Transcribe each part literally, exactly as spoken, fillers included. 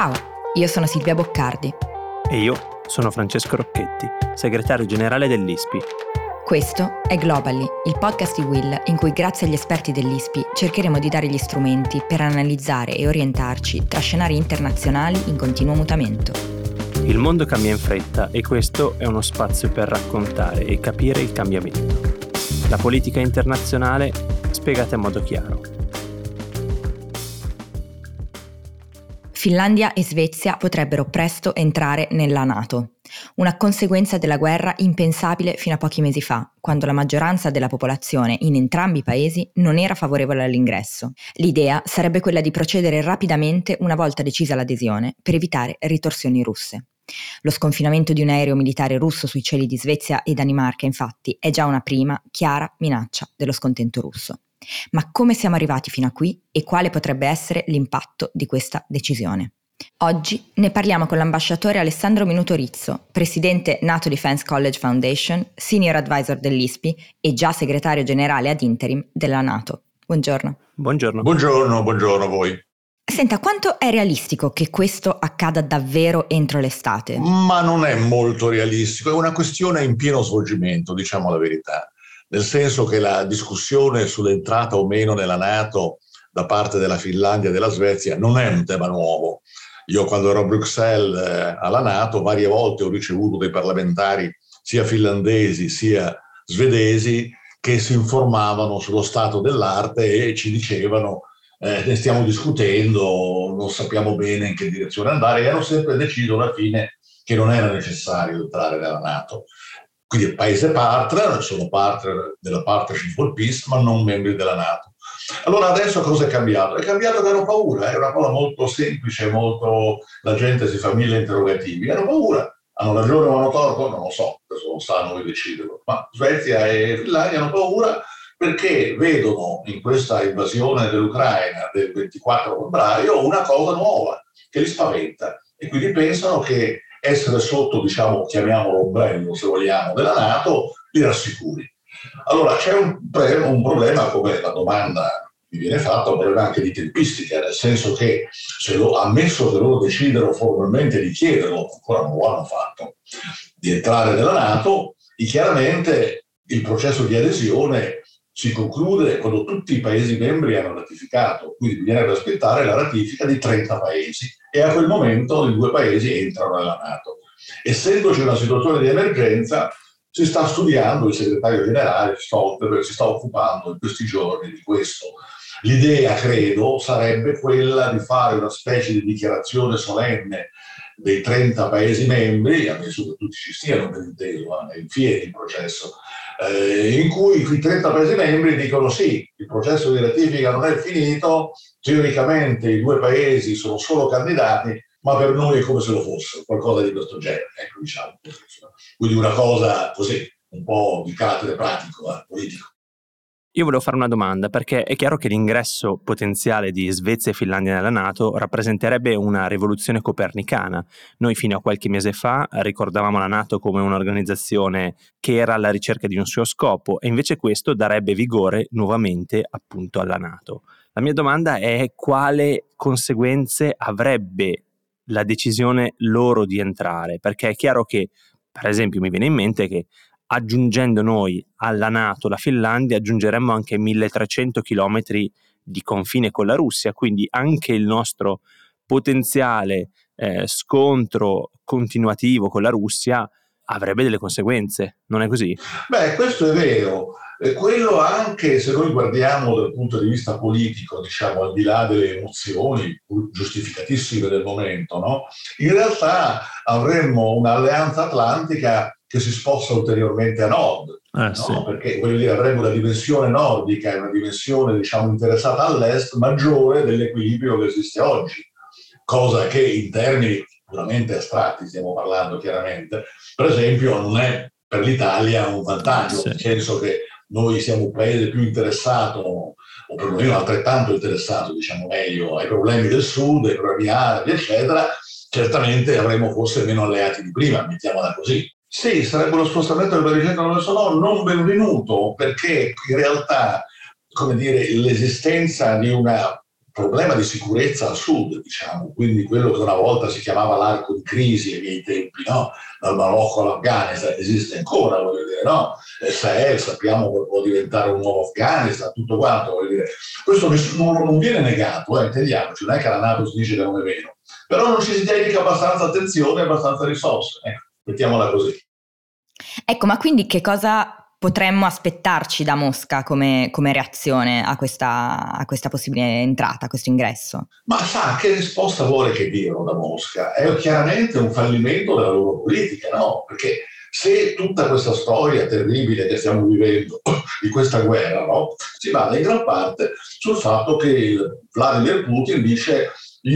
Ciao, io sono Silvia Boccardi. E io sono Francesco Rocchetti, segretario generale dell'I S P I. Questo è Globally, il podcast di Will in cui grazie agli esperti dell'I S P I cercheremo di dare gli strumenti per analizzare e orientarci tra scenari internazionali in continuo mutamento. Il mondo cambia in fretta e questo è uno spazio per raccontare e capire il cambiamento. La politica internazionale spiegata in modo chiaro. Finlandia e Svezia potrebbero presto entrare nella NATO. Una conseguenza della guerra impensabile fino a pochi mesi fa, quando la maggioranza della popolazione in entrambi i paesi non era favorevole all'ingresso. L'idea sarebbe quella di procedere rapidamente una volta decisa l'adesione, per evitare ritorsioni russe. Lo sconfinamento di un aereo militare russo sui cieli di Svezia e Danimarca, infatti, è già una prima, chiara minaccia dello scontento russo. Ma come siamo arrivati fino a qui e quale potrebbe essere l'impatto di questa decisione? Oggi ne parliamo con l'ambasciatore Alessandro Minuto Rizzo, presidente NATO Defense College Foundation, senior advisor dell'I S P I e già segretario generale ad interim della NATO. Buongiorno. Buongiorno. Buongiorno, buongiorno a voi. Senta, quanto è realistico che questo accada davvero entro l'estate? Ma non è molto realistico, è una questione in pieno svolgimento, diciamo la verità. Nel senso che la discussione sull'entrata o meno nella NATO da parte della Finlandia e della Svezia non è un tema nuovo. Io quando ero a Bruxelles eh, alla NATO varie volte ho ricevuto dei parlamentari sia finlandesi sia svedesi che si informavano sullo stato dell'arte e ci dicevano eh, ne stiamo discutendo, non sappiamo bene in che direzione andare, e hanno sempre deciso alla fine che non era necessario entrare nella NATO. Quindi il paese partner, sono partner della Partnership for Peace, ma non membri della NATO. Allora adesso cosa è cambiato? È cambiato che hanno paura, è una cosa molto semplice, molto la gente si fa mille interrogativi, hanno paura, hanno ragione o hanno torto? Non lo so, questo non sta a noi deciderlo, ma Svezia e Finlandia hanno paura perché vedono in questa invasione dell'Ucraina del ventiquattro febbraio una cosa nuova che li spaventa e quindi pensano che essere sotto, diciamo, chiamiamolo ombrello, se vogliamo, della NATO, li rassicuri. Allora c'è un, un problema, come la domanda mi viene fatta, un problema anche di tempistica, nel senso che se lo ammesso che loro decidero formalmente di chiederlo, ancora non lo hanno fatto, di entrare nella NATO, e chiaramente il processo di adesione si conclude quando tutti i Paesi membri hanno ratificato, quindi bisognerebbe aspettare la ratifica di trenta Paesi e a quel momento i due Paesi entrano nella NATO. Essendoci una situazione di emergenza, si sta studiando, il segretario generale Stoltenberg si sta occupando in questi giorni di questo. L'idea, credo, sarebbe quella di fare una specie di dichiarazione solenne dei trenta Paesi membri, ammesso che tutti ci stiano per inteso, è in fiera il processo, eh, in cui i trenta Paesi membri dicono sì, il processo di ratifica non è finito, teoricamente i due Paesi sono solo candidati, ma per noi è come se lo fossero, qualcosa di questo genere, ecco, diciamo. Quindi una cosa così, un po' di carattere pratico, eh, politico. Io volevo fare una domanda, perché è chiaro che l'ingresso potenziale di Svezia e Finlandia nella NATO rappresenterebbe una rivoluzione copernicana. Noi fino a qualche mese fa ricordavamo la NATO come un'organizzazione che era alla ricerca di un suo scopo, e invece questo darebbe vigore nuovamente appunto alla NATO. La mia domanda è quale conseguenze avrebbe la decisione loro di entrare, perché è chiaro che, per esempio, mi viene in mente che aggiungendo noi alla NATO la Finlandia aggiungeremmo anche milletrecento chilometri di confine con la Russia, quindi anche il nostro potenziale eh, scontro continuativo con la Russia avrebbe delle conseguenze, non è così? Beh, questo è vero. Eh, quello anche se noi guardiamo dal punto di vista politico, diciamo, al di là delle emozioni giustificatissime del momento, no? In realtà avremmo un'alleanza atlantica che si sposta ulteriormente a nord, eh, no? Sì. Perché voglio dire, avremo una dimensione nordica e una dimensione, diciamo, interessata all'est maggiore dell'equilibrio che esiste oggi, cosa che in termini puramente astratti stiamo parlando chiaramente, per esempio non è per l'Italia un vantaggio, Sì. nel senso che noi siamo un paese più interessato, o perlomeno altrettanto interessato, diciamo meglio, ai problemi del sud, ai problemi arabi, eccetera. Certamente avremo forse meno alleati di prima, mettiamola così. Sì, sarebbe uno spostamento del baricentro verso nord non benvenuto, perché in realtà, come dire, l'esistenza di una problema di sicurezza al sud, diciamo, quindi quello che una volta si chiamava l'arco di crisi ai miei tempi, no? Dal Marocco all'Afghanistan esiste ancora, voglio dire, no? Il Sahel sappiamo che può diventare un nuovo Afghanistan, tutto quanto, voglio dire. Questo non, non viene negato, eh, intendiamoci, non è che la NATO si dice che non è vero, però non ci si dedica abbastanza attenzione e abbastanza risorse, ecco, mettiamola così. Ecco, ma quindi che cosa potremmo aspettarci da Mosca come, come reazione a questa, a questa possibile entrata, a questo ingresso? Ma sa, che risposta vuole che diano da Mosca? È chiaramente un fallimento della loro politica, no? Perché se tutta questa storia terribile che stiamo vivendo di questa guerra, no, si basa in gran parte sul fatto che Vladimir Putin dice: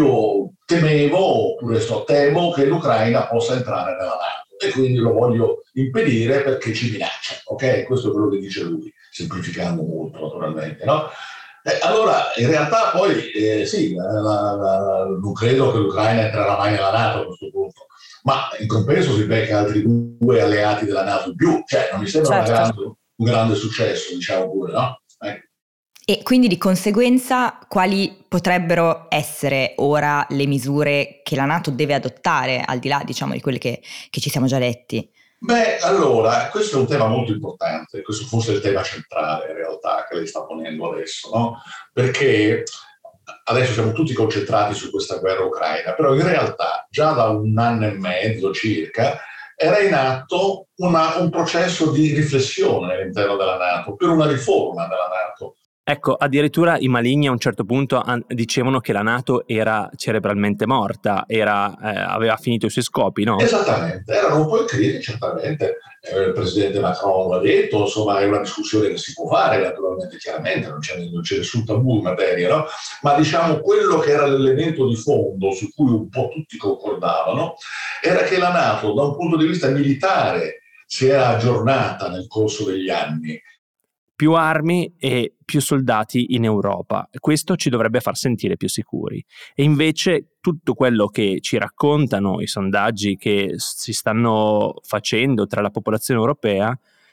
io temevo, oppure sto temo che l'Ucraina possa entrare nella NATO e quindi lo voglio impedire perché ci minaccia, ok? Questo è quello che dice lui, semplificando molto naturalmente, no? Eh, allora, in realtà poi, eh, sì, la, la, la, non credo che l'Ucraina entrerà mai nella NATO a questo punto, ma in compenso si becca altri due alleati della NATO in più, cioè non mi sembra certo. una grande, un grande successo, diciamo pure, no? Eh. E quindi di conseguenza quali potrebbero essere ora le misure che la NATO deve adottare, al di là, diciamo, di quelle che, che ci siamo già detti? Beh, allora, questo è un tema molto importante, questo forse è il tema centrale in realtà che lei sta ponendo adesso, no? Perché adesso siamo tutti concentrati su questa guerra ucraina, però in realtà già da un anno e mezzo circa era in atto una, un processo di riflessione all'interno della NATO, per una riforma della NATO. Ecco, addirittura i maligni a un certo punto an- dicevano che la NATO era cerebralmente morta, era, eh, aveva finito i suoi scopi, no? Esattamente, erano un po' in crisi, certamente. Eh, il presidente Macron l'ha detto, insomma è una discussione che si può fare, naturalmente, chiaramente, non c'è, non c'è nessun tabù in materia, no? Ma diciamo quello che era l'elemento di fondo su cui un po' tutti concordavano era che la NATO, da un punto di vista militare, si era aggiornata nel corso degli anni. Più armi e più soldati in Europa. Questo ci dovrebbe far sentire più sicuri. E invece tutto quello che ci raccontano i sondaggi che si stanno facendo tra la popolazione europea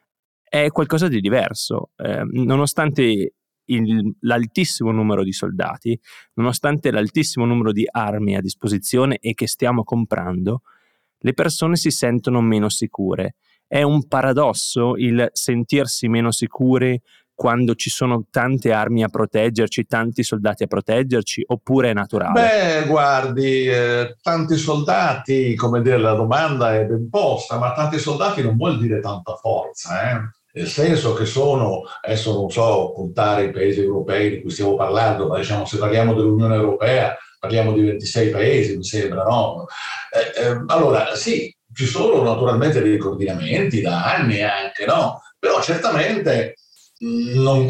è qualcosa di diverso. Eh, nonostante il, l'altissimo numero di soldati, nonostante l'altissimo numero di armi a disposizione e che stiamo comprando, le persone si sentono meno sicure. È un paradosso il sentirsi meno sicuri quando ci sono tante armi a proteggerci, tanti soldati a proteggerci, oppure è naturale? Beh, guardi, eh, tanti soldati, come dire, la domanda è ben posta, ma tanti soldati non vuol dire tanta forza, eh? Nel senso che sono, adesso non so contare i paesi europei di cui stiamo parlando, ma diciamo se parliamo dell'Unione Europea parliamo di ventisei paesi, mi sembra, no? Eh, eh, allora, sì, ci sono naturalmente dei coordinamenti da anni anche, no? Però certamente non,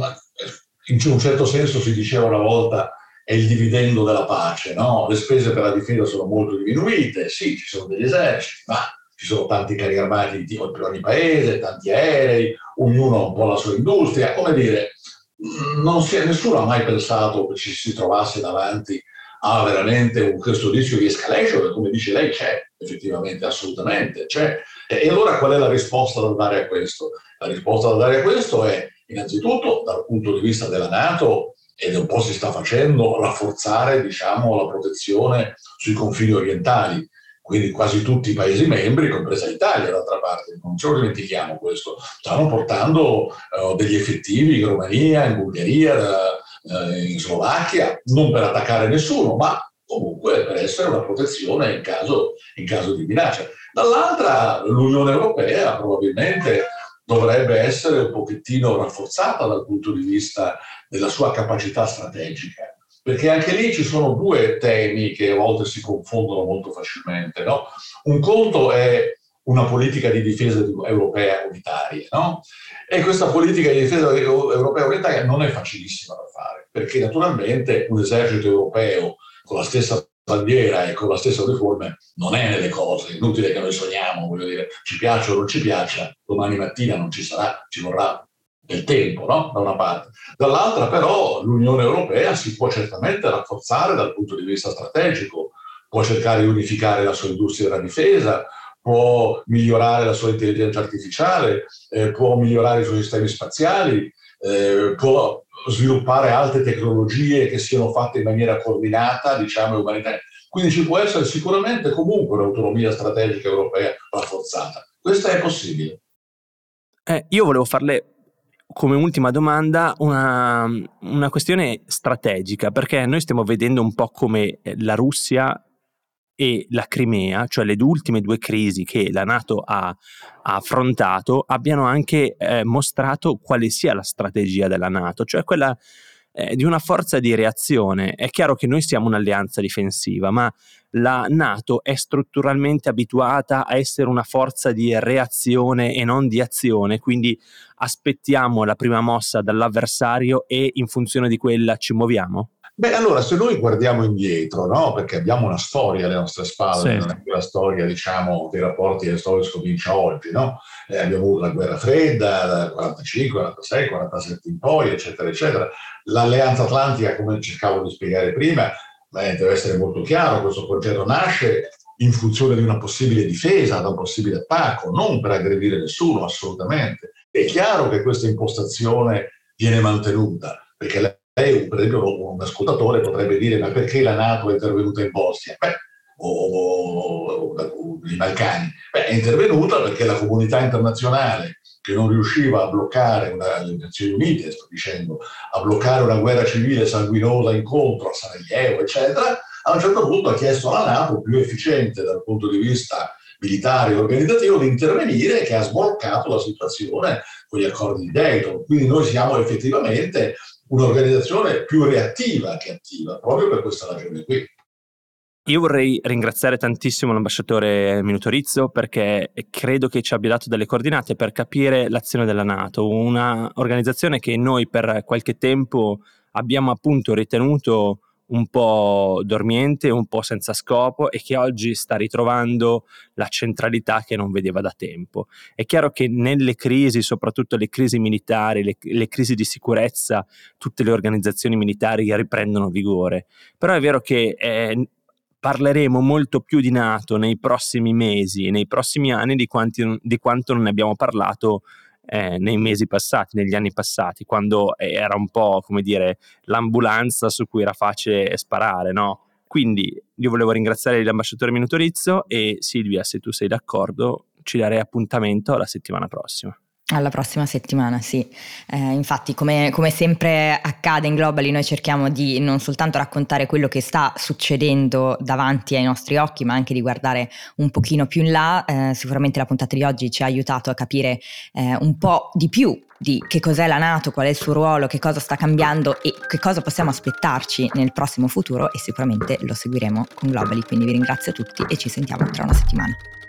in un certo senso si diceva una volta è il dividendo della pace, no? Le spese per la difesa sono molto diminuite, sì, ci sono degli eserciti, ma ci sono tanti carri armati di tipo per ogni paese, tanti aerei, ognuno ha un po' la sua industria, come dire, non si è, nessuno ha mai pensato che ci si trovasse davanti a veramente un, questo rischio di escalation, che come dice lei c'è, effettivamente, assolutamente c'è. E allora qual è la risposta da dare a questo? La risposta da dare a questo è, innanzitutto, dal punto di vista della NATO, ed un po' si sta facendo, rafforzare, diciamo, la protezione sui confini orientali. Quindi quasi tutti i Paesi membri, compresa l'Italia d'altra parte, non ce lo dimentichiamo questo, stanno portando uh, degli effettivi in Romania, in Bulgaria, uh, in Slovacchia, non per attaccare nessuno, ma comunque per essere una protezione in caso, in caso di minaccia. Dall'altra, l'Unione Europea probabilmente dovrebbe essere un pochettino rafforzata dal punto di vista della sua capacità strategica. Perché anche lì ci sono due temi che a volte si confondono molto facilmente, no? Un conto è una politica di difesa europea unitaria, no? E questa politica di difesa europea unitaria non è facilissima da fare, perché naturalmente un esercito europeo con la stessa bandiera e con la stessa uniforme non è nelle cose, è inutile che noi sogniamo, voglio dire, ci piaccia o non ci piaccia, domani mattina non ci sarà, ci vorrà del tempo, no? Da una parte. Dall'altra però l'Unione Europea si può certamente rafforzare dal punto di vista strategico, può cercare di unificare la sua industria della difesa, può migliorare la sua intelligenza artificiale, eh, può migliorare i suoi sistemi spaziali, eh, può sviluppare altre tecnologie che siano fatte in maniera coordinata, diciamo, e umanitaria. Quindi ci può essere sicuramente comunque un'autonomia strategica europea rafforzata. Questo è possibile. Eh, io volevo farle come ultima domanda una, una questione strategica, perché noi stiamo vedendo un po' come la Russia e la Crimea, cioè le ultime due crisi che la NATO ha, ha affrontato, abbiano anche eh, mostrato quale sia la strategia della NATO, cioè quella eh, di una forza di reazione. È chiaro che noi siamo un'alleanza difensiva, ma la NATO è strutturalmente abituata a essere una forza di reazione e non di azione, quindi aspettiamo la prima mossa dall'avversario e in funzione di quella ci muoviamo? Beh, allora, se noi guardiamo indietro, no? Perché abbiamo una storia alle nostre spalle, sì. Non è che la storia, diciamo, dei rapporti della storia comincia oggi, no? Eh, abbiamo avuto la guerra fredda, dal quarantacinque, quarantasei, quarantasette in poi, eccetera, eccetera. L'Alleanza Atlantica, come cercavo di spiegare prima, eh, deve essere molto chiaro, questo progetto nasce in funzione di una possibile difesa, da un possibile attacco, non per aggredire nessuno, assolutamente. È chiaro che questa impostazione viene mantenuta, perché lei, per esempio, un ascoltatore potrebbe dire: ma perché la NATO è intervenuta in Bosnia? Beh, o, o, o nei Balcani? Beh, è intervenuta perché la comunità internazionale, che non riusciva a bloccare una, le Nazioni Unite, sto dicendo, a bloccare una guerra civile sanguinosa incontro a Sarajevo, eccetera, a un certo punto ha chiesto alla NATO, più efficiente dal punto di vista militare e organizzativo, di intervenire, che ha sbloccato la situazione con gli accordi di Dayton. Quindi noi siamo effettivamente un'organizzazione più reattiva che attiva, proprio per questa ragione qui. Io vorrei ringraziare tantissimo l'ambasciatore Minuto Rizzo, perché credo che ci abbia dato delle coordinate per capire l'azione della NATO, una organizzazione che noi per qualche tempo abbiamo appunto ritenuto un po' dormiente, un po' senza scopo, e che oggi sta ritrovando la centralità che non vedeva da tempo. È chiaro che nelle crisi, soprattutto le crisi militari, le, le crisi di sicurezza, tutte le organizzazioni militari riprendono vigore, però è vero che eh, parleremo molto più di NATO nei prossimi mesi e nei prossimi anni di, quanti, di quanto non ne abbiamo parlato Eh, nei mesi passati, negli anni passati, quando era un po', come dire, l'ambulanza su cui era facile sparare, no? Quindi io volevo ringraziare l'ambasciatore Minuto Rizzo, e Silvia, se tu sei d'accordo, ci darei appuntamento la settimana prossima. Alla prossima settimana, sì. Eh, infatti, come, come sempre accade in Globally, noi cerchiamo di non soltanto raccontare quello che sta succedendo davanti ai nostri occhi, ma anche di guardare un pochino più in là. Eh, sicuramente la puntata di oggi ci ha aiutato a capire eh, un po' di più di che cos'è la NATO, qual è il suo ruolo, che cosa sta cambiando e che cosa possiamo aspettarci nel prossimo futuro, e sicuramente lo seguiremo con Globally. Quindi vi ringrazio tutti e ci sentiamo tra una settimana.